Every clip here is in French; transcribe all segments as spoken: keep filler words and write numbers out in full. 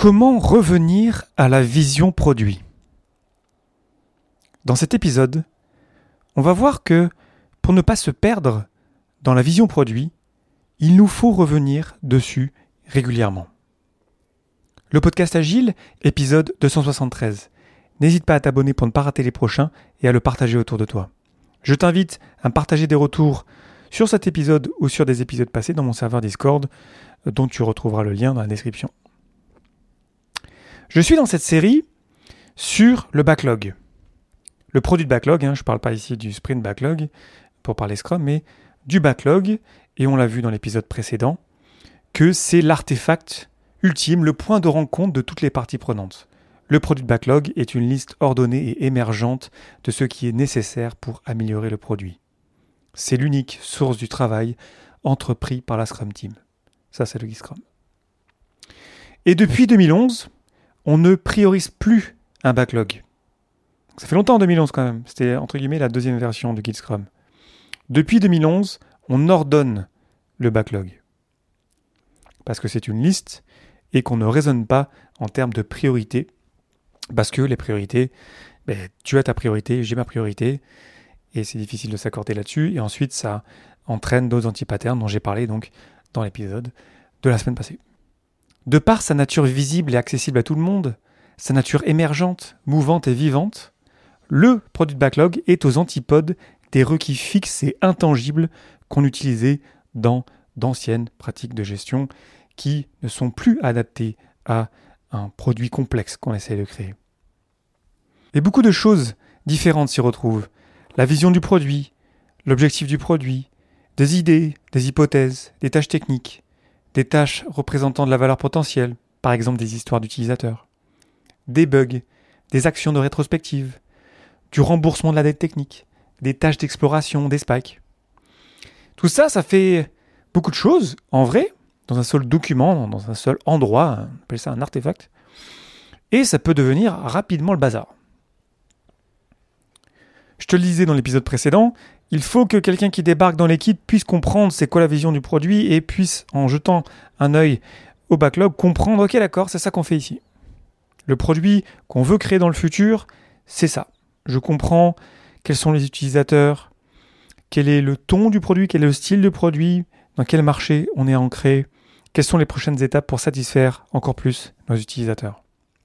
Comment revenir à la vision produit ? Dans cet épisode, on va voir que pour ne pas se perdre dans la vision produit, il nous faut revenir dessus régulièrement. Le podcast Agile, épisode deux cent soixante-treize. N'hésite pas à t'abonner pour ne pas rater les prochains et à le partager autour de toi. Je t'invite à partager des retours sur cet épisode ou sur des épisodes passés dans mon serveur Discord, dont tu retrouveras le lien dans la description. Je suis dans cette série sur le backlog. Le produit de backlog, hein, je ne parle pas ici du sprint backlog pour parler Scrum, mais du backlog, et on l'a vu dans l'épisode précédent, que c'est l'artefact ultime, le point de rencontre de toutes les parties prenantes. Le produit de backlog est une liste ordonnée et émergente de ce qui est nécessaire pour améliorer le produit. C'est l'unique source du travail entrepris par la Scrum Team. Ça, c'est le Guide Scrum. Et depuis deux mille onze, on ne priorise plus un backlog. Ça fait longtemps en deux mille onze quand même. C'était entre guillemets la deuxième version du Guide Scrum. Depuis deux mille onze, on ordonne le backlog. Parce que c'est une liste et qu'on ne raisonne pas en termes de priorité. Parce que les priorités, ben, tu as ta priorité, j'ai ma priorité. Et c'est difficile de s'accorder là-dessus. Et ensuite, ça entraîne d'autres anti-patterns dont j'ai parlé donc dans l'épisode de la semaine passée. De par sa nature visible et accessible à tout le monde, sa nature émergente, mouvante et vivante, le produit de backlog est aux antipodes des requis fixes et intangibles qu'on utilisait dans d'anciennes pratiques de gestion qui ne sont plus adaptées à un produit complexe qu'on essaie de créer. Et beaucoup de choses différentes s'y retrouvent. La vision du produit, l'objectif du produit, des idées, des hypothèses, des tâches techniques, des tâches représentant de la valeur potentielle, par exemple des histoires d'utilisateurs, des bugs, des actions de rétrospective, du remboursement de la dette technique, des tâches d'exploration, des spikes. Tout ça, ça fait beaucoup de choses, en vrai, dans un seul document, dans un seul endroit, on appelle ça un artefact, et ça peut devenir rapidement le bazar. Je te le disais dans l'épisode précédent, il faut que quelqu'un qui débarque dans l'équipe puisse comprendre c'est quoi la vision du produit et puisse, en jetant un œil au backlog, comprendre « Ok, d'accord, c'est ça qu'on fait ici. Le produit qu'on veut créer dans le futur, c'est ça. Je comprends quels sont les utilisateurs, quel est le ton du produit, quel est le style du produit, dans quel marché on est ancré, quelles sont les prochaines étapes pour satisfaire encore plus nos utilisateurs. »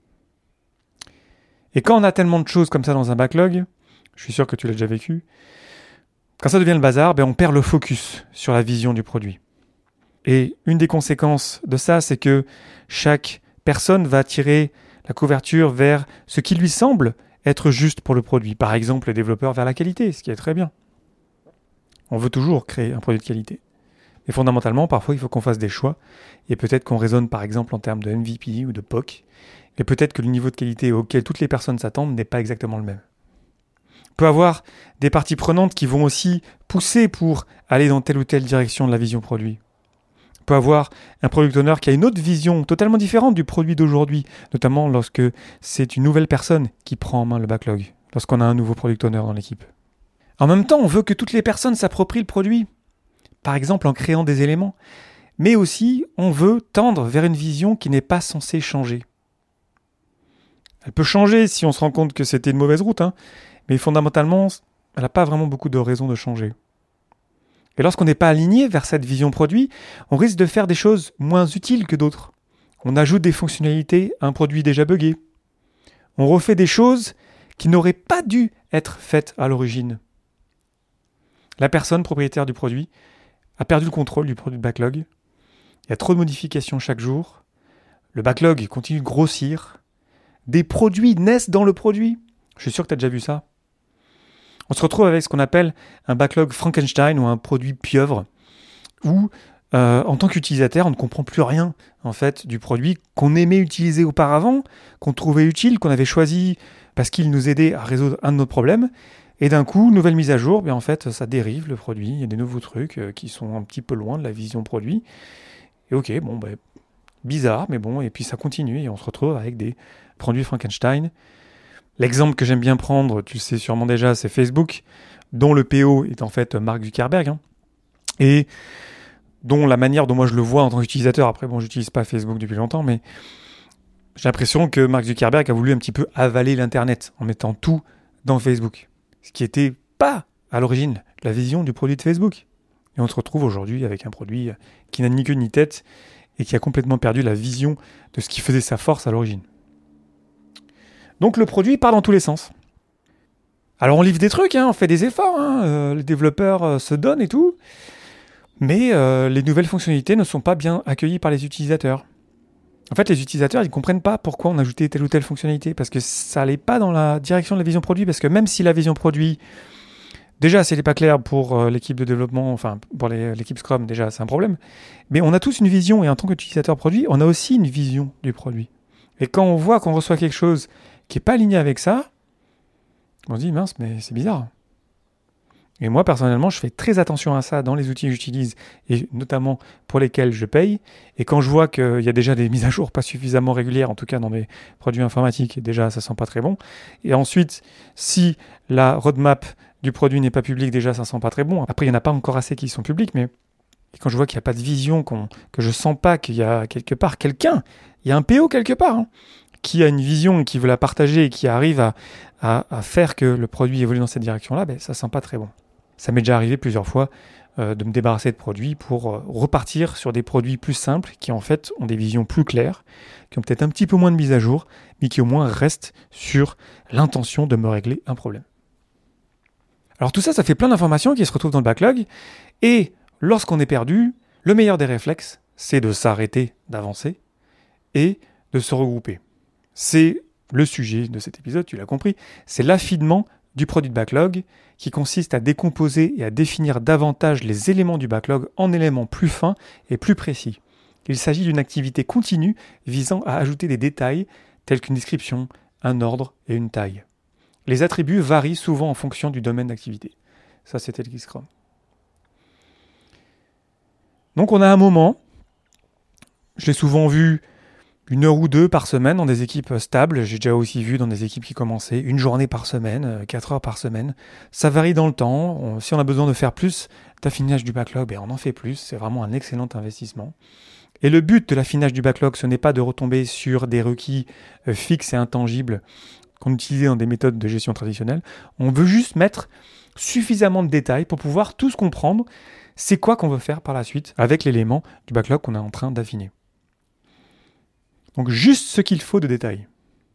Et quand on a tellement de choses comme ça dans un backlog, je suis sûr que tu l'as déjà vécu, quand ça devient le bazar, ben on perd le focus sur la vision du produit. Et une des conséquences de ça, c'est que chaque personne va tirer la couverture vers ce qui lui semble être juste pour le produit. Par exemple, le développeur vers la qualité, ce qui est très bien. On veut toujours créer un produit de qualité. Mais fondamentalement, parfois, il faut qu'on fasse des choix. Et peut-être qu'on raisonne, par exemple, en termes de M V P ou de P O C. Et peut-être que le niveau de qualité auquel toutes les personnes s'attendent n'est pas exactement le même. On peut avoir des parties prenantes qui vont aussi pousser pour aller dans telle ou telle direction de la vision produit. On peut avoir un product owner qui a une autre vision totalement différente du produit d'aujourd'hui, notamment lorsque c'est une nouvelle personne qui prend en main le backlog, lorsqu'on a un nouveau product owner dans l'équipe. En même temps, on veut que toutes les personnes s'approprient le produit, par exemple en créant des éléments, mais aussi on veut tendre vers une vision qui n'est pas censée changer. Elle peut changer si on se rend compte que c'était une mauvaise route, hein, mais fondamentalement, elle n'a pas vraiment beaucoup de raisons de changer. Et lorsqu'on n'est pas aligné vers cette vision produit, on risque de faire des choses moins utiles que d'autres. On ajoute des fonctionnalités à un produit déjà buggé. On refait des choses qui n'auraient pas dû être faites à l'origine. La personne propriétaire du produit a perdu le contrôle du produit de backlog. Il y a trop de modifications chaque jour. Le backlog continue de grossir. Des produits naissent dans le produit. Je suis sûr que tu as déjà vu ça. On se retrouve avec ce qu'on appelle un backlog Frankenstein ou un produit pieuvre, où euh, en tant qu'utilisateur, on ne comprend plus rien en fait du produit qu'on aimait utiliser auparavant, qu'on trouvait utile, qu'on avait choisi parce qu'il nous aidait à résoudre un de nos problèmes. Et d'un coup, nouvelle mise à jour, bien en fait, ça dérive le produit. Il y a des nouveaux trucs euh, qui sont un petit peu loin de la vision produit. Et ok, bon, bah, bizarre, mais bon, et puis ça continue et on se retrouve avec des produits Frankenstein. L'exemple que j'aime bien prendre, tu le sais sûrement déjà, c'est Facebook, dont le P O est en fait Mark Zuckerberg, hein, et dont la manière dont moi je le vois en tant qu'utilisateur, après bon, j'utilise pas Facebook depuis longtemps, mais J'ai l'impression que Mark Zuckerberg a voulu un petit peu avaler l'Internet en mettant tout dans Facebook. Ce qui n'était pas, à l'origine, la vision du produit de Facebook. Et on se retrouve aujourd'hui avec un produit qui n'a ni queue ni tête et qui a complètement perdu la vision de ce qui faisait sa force à l'origine. Donc le produit part dans tous les sens. Alors on livre des trucs, hein, on fait des efforts, hein, euh, les développeurs euh, se donnent et tout, mais euh, les nouvelles fonctionnalités ne sont pas bien accueillies par les utilisateurs. En fait, les utilisateurs, ils ne comprennent pas pourquoi on a ajouté telle ou telle fonctionnalité, parce que ça n'allait pas dans la direction de la vision produit, parce que même si la vision produit, déjà, si elle n'est pas claire pour euh, l'équipe de développement, enfin pour les, l'équipe Scrum, déjà, c'est un problème, mais on a tous une vision, et en tant qu'utilisateur produit, on a aussi une vision du produit. Et quand on voit qu'on reçoit quelque chose qui n'est pas aligné avec ça, on se dit, mince, mais c'est bizarre. Et moi, personnellement, je fais très attention à ça dans les outils que j'utilise, et notamment pour lesquels je paye. Et quand je vois qu'il y a déjà des mises à jour pas suffisamment régulières, en tout cas dans mes produits informatiques, déjà, ça sent pas très bon. Et ensuite, si la roadmap du produit n'est pas publique, déjà, ça sent pas très bon. Après, il n'y en a pas encore assez qui sont publics, mais et quand je vois qu'il n'y a pas de vision, qu'on, que je sens pas qu'il y a quelque part quelqu'un, il y a un P O quelque part, hein, qui a une vision et qui veut la partager et qui arrive à, à, à faire que le produit évolue dans cette direction-là, ben, ça sent pas très bon. Ça m'est déjà arrivé plusieurs fois euh, de me débarrasser de produits pour euh, repartir sur des produits plus simples qui en fait ont des visions plus claires, qui ont peut-être un petit peu moins de mise à jour, mais qui au moins restent sur l'intention de me régler un problème. Alors tout ça, ça fait plein d'informations qui se retrouvent dans le backlog, et lorsqu'on est perdu, le meilleur des réflexes, c'est de s'arrêter d'avancer et de se regrouper. C'est le sujet de cet épisode, tu l'as compris, c'est l'affinement du produit de backlog qui consiste à décomposer et à définir davantage les éléments du backlog en éléments plus fins et plus précis. Il s'agit d'une activité continue visant à ajouter des détails tels qu'une description, un ordre et une taille. Les attributs varient souvent en fonction du domaine d'activité. Ça, c'était le Scrum. Donc on a un moment, je l'ai souvent vu une heure ou deux par semaine dans des équipes stables. J'ai déjà aussi vu dans des équipes qui commençaient une journée par semaine, quatre heures par semaine. Ça varie dans le temps. On, si on a besoin de faire plus d'affinage du backlog, ben on en fait plus. C'est vraiment un excellent investissement. Et le but de l'affinage du backlog, ce n'est pas de retomber sur des requis euh, fixes et intangibles qu'on utilisait dans des méthodes de gestion traditionnelles. On veut juste mettre suffisamment de détails pour pouvoir tous comprendre c'est quoi qu'on veut faire par la suite avec l'élément du backlog qu'on est en train d'affiner. Donc juste ce qu'il faut de détails.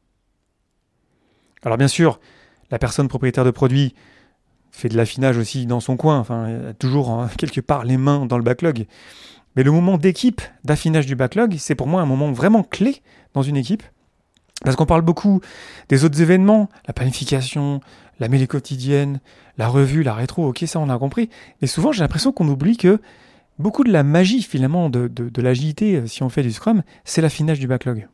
Alors bien sûr, la personne propriétaire de produit fait de l'affinage aussi dans son coin, enfin, il y a toujours hein, quelque part les mains dans le backlog. Mais le moment d'équipe d'affinage du backlog, c'est pour moi un moment vraiment clé dans une équipe, parce qu'on parle beaucoup des autres événements, la planification, la mêlée quotidienne, la revue, la rétro, ok, ça on a compris. Mais souvent j'ai l'impression qu'on oublie que beaucoup de la magie, finalement, de, de, de l'agilité, si on fait du Scrum, c'est l'affinage du backlog.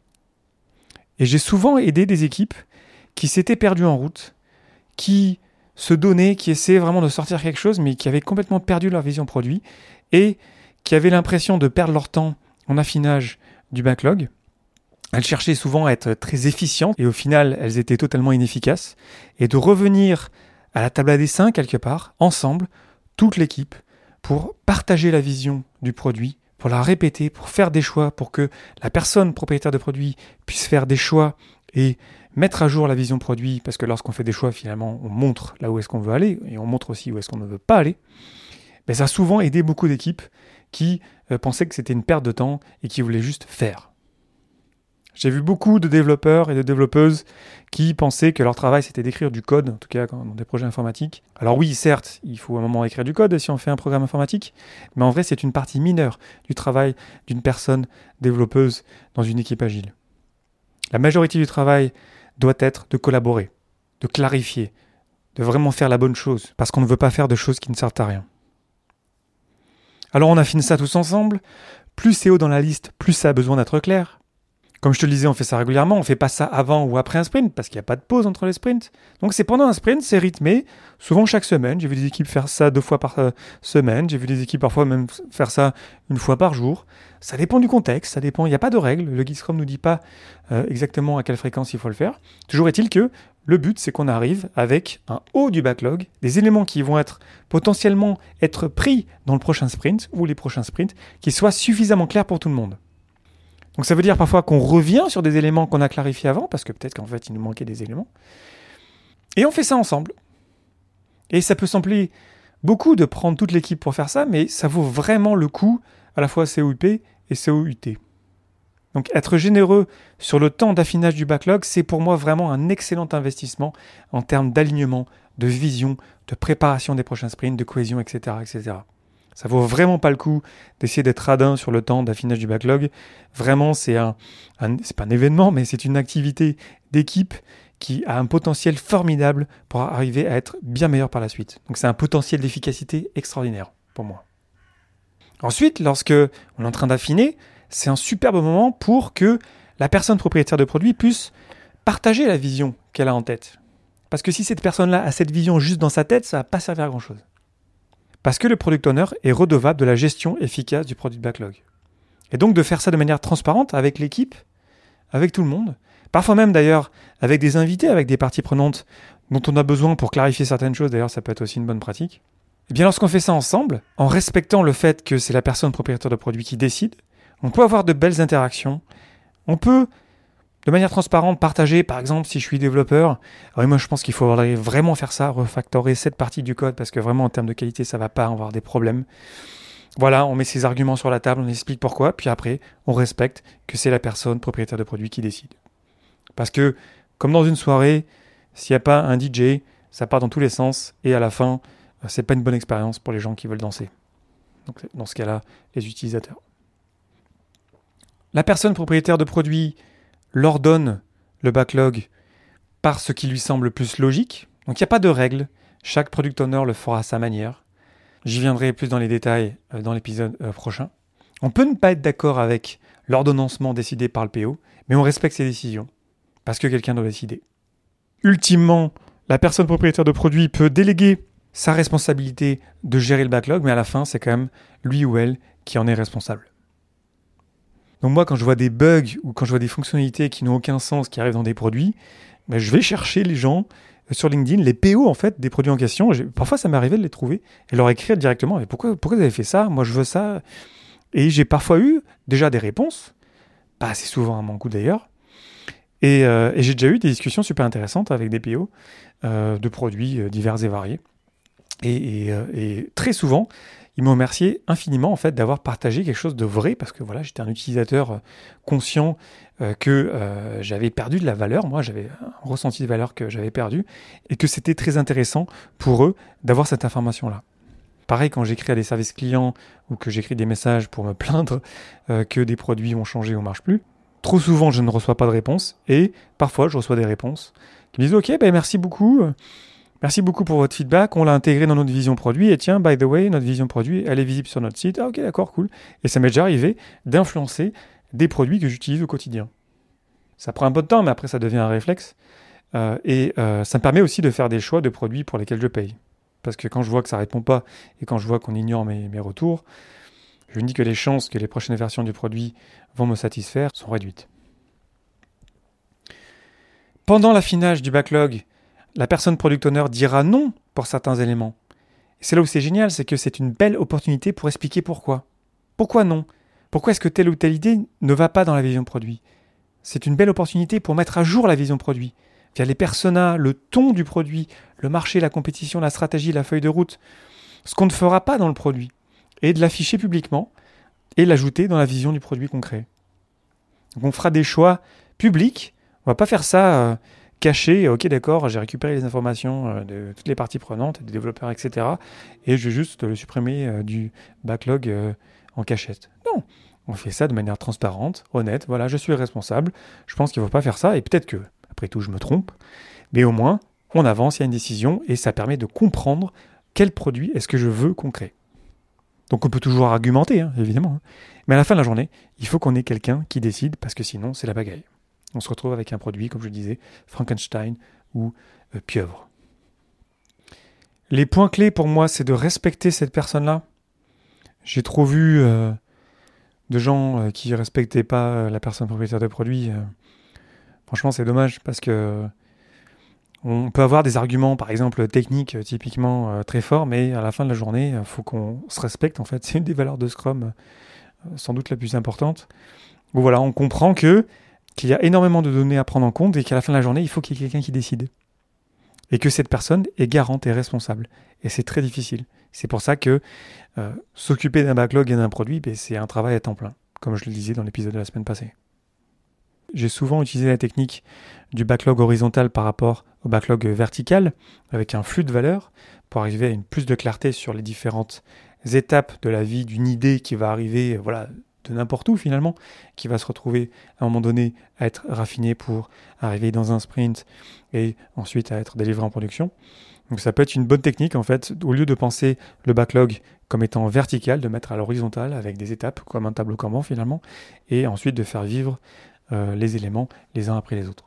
Et j'ai souvent aidé des équipes qui s'étaient perdues en route, qui se donnaient, qui essayaient vraiment de sortir quelque chose, mais qui avaient complètement perdu leur vision produit et qui avaient l'impression de perdre leur temps en affinage du backlog. Elles cherchaient souvent à être très efficientes et au final, elles étaient totalement inefficaces. Et de revenir à la table à dessin, quelque part, ensemble, toute l'équipe, pour partager la vision du produit, pour la répéter, pour faire des choix, pour que la personne propriétaire de produit puisse faire des choix et mettre à jour la vision produit, parce que lorsqu'on fait des choix, finalement, on montre là où est-ce qu'on veut aller, et on montre aussi où est-ce qu'on ne veut pas aller. Mais ça a souvent aidé beaucoup d'équipes qui euh, pensaient que c'était une perte de temps et qui voulaient juste faire. J'ai vu beaucoup de développeurs et de développeuses qui pensaient que leur travail c'était d'écrire du code, en tout cas dans des projets informatiques. Alors oui, certes, il faut à un moment écrire du code si on fait un programme informatique, mais en vrai c'est une partie mineure du travail d'une personne développeuse dans une équipe agile. La majorité du travail doit être de collaborer, de clarifier, de vraiment faire la bonne chose, parce qu'on ne veut pas faire de choses qui ne servent à rien. Alors on affine ça tous ensemble, plus c'est haut dans la liste, plus ça a besoin d'être clair. Comme je te le disais, on fait ça régulièrement, on ne fait pas ça avant ou après un sprint, parce qu'il n'y a pas de pause entre les sprints. Donc c'est pendant un sprint, c'est rythmé, souvent chaque semaine. J'ai vu des équipes faire ça deux fois par euh, semaine, j'ai vu des équipes parfois même faire ça une fois par jour. Ça dépend du contexte, ça dépend, il n'y a pas de règle, le Guide Scrum ne nous dit pas euh, exactement à quelle fréquence il faut le faire. Toujours est-il que le but, c'est qu'on arrive avec un haut du backlog, des éléments qui vont être potentiellement être pris dans le prochain sprint ou les prochains sprints, qui soient suffisamment clairs pour tout le monde. Donc ça veut dire parfois qu'on revient sur des éléments qu'on a clarifiés avant, parce que peut-être qu'en fait il nous manquait des éléments. Et on fait ça ensemble. Et ça peut sembler beaucoup de prendre toute l'équipe pour faire ça, mais ça vaut vraiment le coup, à la fois C O U P et C O U T. Donc être généreux sur le temps d'affinage du backlog, c'est pour moi vraiment un excellent investissement en termes d'alignement, de vision, de préparation des prochains sprints, de cohésion, et cetera, et cetera. Ça vaut vraiment pas le coup d'essayer d'être radin sur le temps d'affinage du backlog. Vraiment, c'est un, un c'est pas un événement, mais c'est une activité d'équipe qui a un potentiel formidable pour arriver à être bien meilleur par la suite. Donc c'est un potentiel d'efficacité extraordinaire pour moi. Ensuite, lorsque on est en train d'affiner, c'est un superbe moment pour que la personne propriétaire de produit puisse partager la vision qu'elle a en tête. Parce que si cette personne-là a cette vision juste dans sa tête, ça ne va pas servir à grand-chose. Parce que le product owner est redevable de la gestion efficace du produit backlog. Et donc de faire ça de manière transparente avec l'équipe, avec tout le monde, parfois même d'ailleurs avec des invités, avec des parties prenantes dont on a besoin pour clarifier certaines choses, d'ailleurs ça peut être aussi une bonne pratique. Et bien lorsqu'on fait ça ensemble, en respectant le fait que c'est la personne propriétaire de produit qui décide, on peut avoir de belles interactions, on peut de manière transparente partager, par exemple, si je suis développeur, oui, moi je pense qu'il faut vraiment faire ça, refactorer cette partie du code, parce que vraiment en termes de qualité, ça ne va pas avoir des problèmes. Voilà, on met ses arguments sur la table, on explique pourquoi, puis après, on respecte que c'est la personne propriétaire de produit qui décide. Parce que, comme dans une soirée, s'il n'y a pas un D J, ça part dans tous les sens, et à la fin, c'est pas une bonne expérience pour les gens qui veulent danser. Donc dans ce cas-là, les utilisateurs. La personne propriétaire de produit leur donne le backlog par ce qui lui semble le plus logique. Donc il n'y a pas de règle, chaque product owner le fera à sa manière. J'y viendrai plus dans les détails dans l'épisode prochain. On peut ne pas être d'accord avec l'ordonnancement décidé par le P O, mais on respecte ses décisions, parce que quelqu'un doit décider. Ultimement, la personne propriétaire de produit peut déléguer sa responsabilité de gérer le backlog, mais à la fin, c'est quand même lui ou elle qui en est responsable. Donc moi, quand je vois des bugs ou quand je vois des fonctionnalités qui n'ont aucun sens qui arrivent dans des produits, ben je vais chercher les gens sur LinkedIn, les P O en fait des produits en question. J'ai, parfois, ça m'est arrivé de les trouver et leur écrire directement. Mais pourquoi, pourquoi vous avez fait ça ? Moi, je veux ça. Et j'ai parfois eu déjà des réponses, pas assez souvent à mon goût d'ailleurs. Et, euh, et j'ai déjà eu des discussions super intéressantes avec des P O euh, de produits euh, divers et variés. Et, et, euh, et très souvent, ils m'ont remercié infiniment en fait d'avoir partagé quelque chose de vrai, parce que voilà, j'étais un utilisateur conscient euh, que euh, j'avais perdu de la valeur, moi j'avais un ressenti de valeur que j'avais perdu, et que c'était très intéressant pour eux d'avoir cette information-là. Pareil quand j'écris à des services clients ou que j'écris des messages pour me plaindre euh, que des produits ont changé ou ne marchent plus, trop souvent je ne reçois pas de réponse, et parfois je reçois des réponses qui me disent « Ok, ben merci beaucoup ». Merci beaucoup pour votre feedback, on l'a intégré dans notre vision produit, et tiens, by the way, notre vision produit, elle est visible sur notre site. Ah ok, d'accord, cool. Et ça m'est déjà arrivé d'influencer des produits que j'utilise au quotidien. Ça prend un peu de temps, mais après ça devient un réflexe. Euh, et euh, ça me permet aussi de faire des choix de produits pour lesquels je paye. Parce que quand je vois que ça ne répond pas, et quand je vois qu'on ignore mes, mes retours, je me dis que les chances que les prochaines versions du produit vont me satisfaire sont réduites. Pendant l'affinage du backlog, la personne product owner dira non pour certains éléments. Et c'est là où c'est génial, c'est que c'est une belle opportunité pour expliquer pourquoi. Pourquoi non ? Pourquoi est-ce que telle ou telle idée ne va pas dans la vision produit ? C'est une belle opportunité pour mettre à jour la vision produit, via les personas, le ton du produit, le marché, la compétition, la stratégie, la feuille de route, ce qu'on ne fera pas dans le produit, et de l'afficher publiquement et l'ajouter dans la vision du produit concret. Donc on fera des choix publics, on ne va pas faire ça... Euh, caché, ok d'accord, j'ai récupéré les informations de toutes les parties prenantes, des développeurs, et cetera. Et je vais juste le supprimer euh, du backlog euh, en cachette. Non, on fait ça de manière transparente, honnête, voilà, je suis responsable, je pense qu'il ne faut pas faire ça, et peut-être que, après tout, je me trompe, mais au moins, on avance, il y a une décision, et ça permet de comprendre quel produit est-ce que je veux qu'on crée. Donc on peut toujours argumenter, hein, évidemment, hein. Mais à la fin de la journée, il faut qu'on ait quelqu'un qui décide, parce que sinon, c'est la pagaille. On se retrouve avec un produit, comme je disais, Frankenstein ou euh, pieuvre. Les points clés pour moi, c'est de respecter cette personne-là. J'ai trop vu euh, de gens euh, qui ne respectaient pas euh, la personne propriétaire de produit. Euh, franchement, c'est dommage parce que euh, on peut avoir des arguments, par exemple techniques, euh, typiquement euh, très forts, mais à la fin de la journée, il euh, faut qu'on se respecte. En fait, c'est une des valeurs de Scrum, euh, sans doute la plus importante. où voilà, on comprend que qu'il y a énormément de données à prendre en compte et qu'à la fin de la journée, il faut qu'il y ait quelqu'un qui décide. Et que cette personne est garante et responsable. Et c'est très difficile. C'est pour ça que euh, s'occuper d'un backlog et d'un produit, ben, c'est un travail à temps plein, comme je le disais dans l'épisode de la semaine passée. J'ai souvent utilisé la technique du backlog horizontal par rapport au backlog vertical, avec un flux de valeurs, pour arriver à une plus de clarté sur les différentes étapes de la vie d'une idée qui va arriver, voilà, de n'importe où finalement, qui va se retrouver à un moment donné à être raffinée pour arriver dans un sprint et ensuite à être délivré en production. Donc ça peut être une bonne technique en fait, au lieu de penser le backlog comme étant vertical, de mettre à l'horizontale avec des étapes comme un tableau Kanban finalement, et ensuite de faire vivre euh, les éléments les uns après les autres.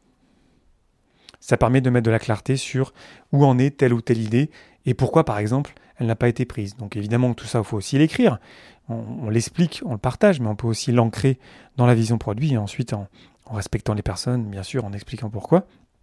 Ça permet de mettre de la clarté sur où en est telle ou telle idée et pourquoi par exemple elle n'a pas été prise. Donc évidemment tout ça il faut aussi l'écrire, on, on l'explique, on le partage, mais on peut aussi l'ancrer dans la vision produit et ensuite en, en respectant les personnes, bien sûr, en expliquant pourquoi,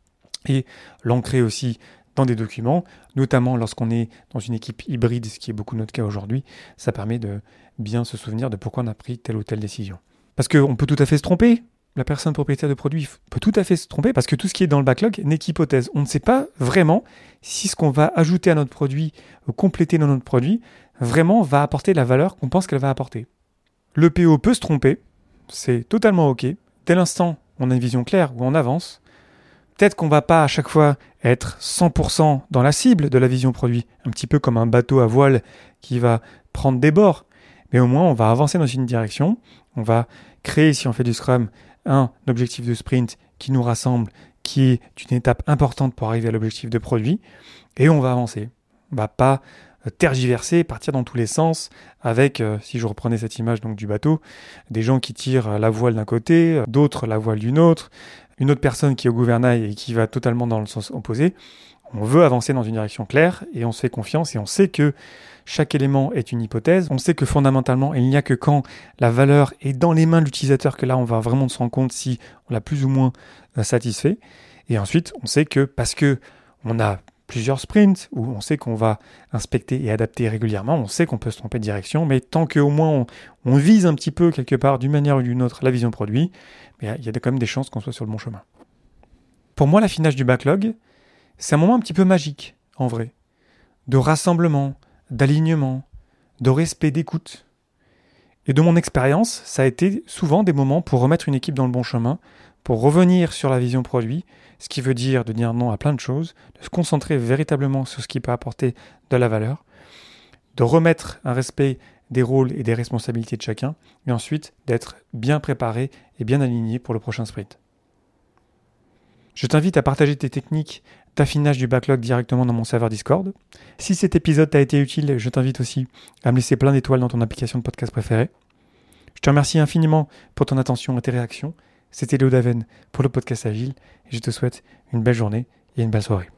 et l'ancrer aussi dans des documents, notamment lorsqu'on est dans une équipe hybride, ce qui est beaucoup notre cas aujourd'hui, ça permet de bien se souvenir de pourquoi on a pris telle ou telle décision. Parce qu'on peut tout à fait se tromper, la personne propriétaire de produit peut tout à fait se tromper, parce que tout ce qui est dans le backlog n'est qu'hypothèse. On ne sait pas vraiment si ce qu'on va ajouter à notre produit, ou compléter dans notre produit, vraiment va apporter la valeur qu'on pense qu'elle va apporter. Le P O peut se tromper, c'est totalement OK. Dès l'instant où on a une vision claire, où on avance, peut-être qu'on ne va pas à chaque fois être cent pour cent dans la cible de la vision produit, un petit peu comme un bateau à voile qui va prendre des bords, mais au moins on va avancer dans une direction, on va créer, si on fait du Scrum, un objectif de sprint qui nous rassemble, qui est une étape importante pour arriver à l'objectif de produit, et on va avancer. On ne va pas tergiverser, partir dans tous les sens, avec, euh, si je reprenais cette image donc du bateau, des gens qui tirent la voile d'un côté, d'autres la voile d'une autre, une autre personne qui est au gouvernail et qui va totalement dans le sens opposé. On veut avancer dans une direction claire et on se fait confiance et on sait que chaque élément est une hypothèse. On sait que fondamentalement, il n'y a que quand la valeur est dans les mains de l'utilisateur que là, on va vraiment se rendre compte si on l'a plus ou moins satisfait. Et ensuite, on sait que parce que on a plusieurs sprints où on sait qu'on va inspecter et adapter régulièrement, on sait qu'on peut se tromper de direction, mais tant qu'au moins on, on vise un petit peu quelque part d'une manière ou d'une autre la vision produit, il y a quand même des chances qu'on soit sur le bon chemin. Pour moi, l'affinage du backlog, c'est un moment un petit peu magique, en vrai, de rassemblement, d'alignement, de respect, d'écoute. Et de mon expérience, ça a été souvent des moments pour remettre une équipe dans le bon chemin, pour revenir sur la vision produit, ce qui veut dire de dire non à plein de choses, de se concentrer véritablement sur ce qui peut apporter de la valeur, de remettre un respect des rôles et des responsabilités de chacun, et ensuite d'être bien préparé et bien aligné pour le prochain sprint. Je t'invite à partager tes techniques d'affinage du backlog directement dans mon serveur Discord. Si cet épisode t'a été utile, je t'invite aussi à me laisser plein d'étoiles dans ton application de podcast préférée. Je te remercie infiniment pour ton attention et tes réactions. C'était Léo Daven pour le podcast Agile et je te souhaite une belle journée et une belle soirée.